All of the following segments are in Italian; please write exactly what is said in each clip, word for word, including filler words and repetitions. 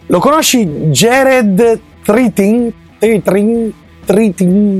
Lo conosci Jared Tritin? Tetrin? Tritin?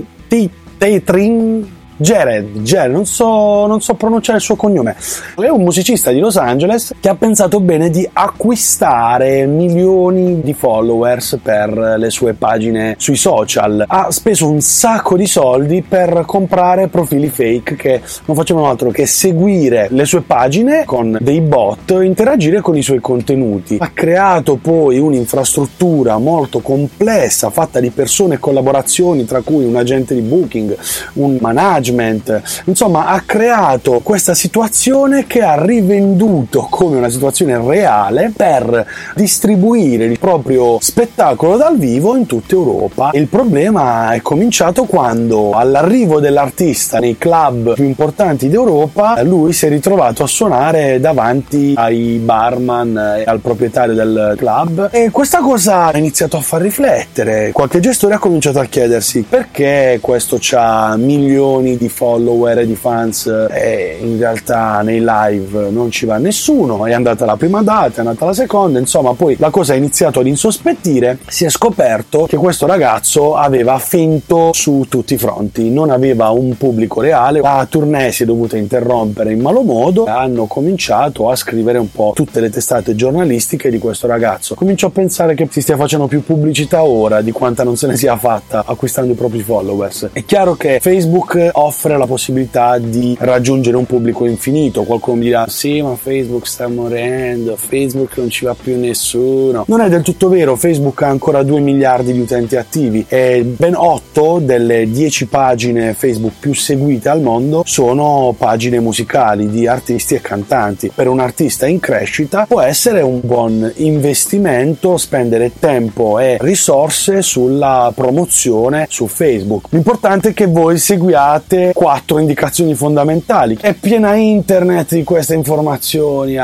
Tetrin? Jared, Jared, non so, non so pronunciare il suo cognome. È un musicista di Los Angeles che ha pensato bene di acquistare milioni di followers per le sue pagine sui social. Ha speso un sacco di soldi per comprare profili fake che non facevano altro che seguire le sue pagine con dei bot e interagire con i suoi contenuti. Ha creato poi un'infrastruttura molto complessa fatta di persone e collaborazioni, tra cui un agente di booking, un manager. Insomma, ha creato questa situazione che ha rivenduto come una situazione reale per distribuire il proprio spettacolo dal vivo in tutta Europa. Il problema è cominciato quando, all'arrivo dell'artista nei club più importanti d'Europa, lui si è ritrovato a suonare davanti ai barman e al proprietario del club, e questa cosa ha iniziato a far riflettere. Qualche gestore ha cominciato a chiedersi perché questo c'ha milioni di follower e di fans e in realtà nei live non ci va nessuno. È andata la prima data, è andata la seconda, insomma poi la cosa ha iniziato ad insospettire. Si è scoperto che questo ragazzo aveva finto su tutti i fronti, non aveva un pubblico reale, la tournée si è dovuta interrompere in malo modo. Hanno cominciato a scrivere un po' tutte le testate giornalistiche di questo ragazzo. Comincio a pensare che si stia facendo più pubblicità ora di quanta non se ne sia fatta acquistando i propri followers. È chiaro che Facebook offre la possibilità di raggiungere un pubblico infinito. Qualcuno mi dirà sì, ma Facebook sta morendo, Facebook non ci va più nessuno. Non è del tutto vero, Facebook ha ancora due miliardi di utenti attivi e ben otto delle dieci pagine Facebook più seguite al mondo sono pagine musicali di artisti e cantanti. Per un artista in crescita può essere un buon investimento spendere tempo e risorse sulla promozione su Facebook. L'importante è che voi seguiate quattro indicazioni fondamentali. È piena internet di queste informazioni.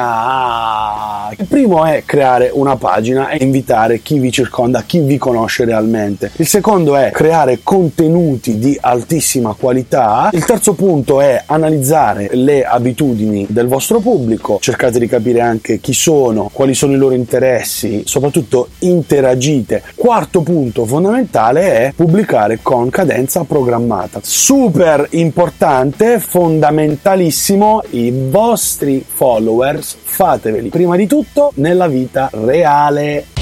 Ah, il primo è creare una pagina e invitare chi vi circonda, chi vi conosce realmente. Il secondo è creare contenuti di altissima qualità. Il terzo punto è analizzare le abitudini del vostro pubblico. Cercate di capire anche chi sono, quali sono i loro interessi, soprattutto interagite. Quarto punto fondamentale è pubblicare con cadenza programmata. Super importante, fondamentalissimo, i vostri followers fateveli prima di tutto nella vita reale.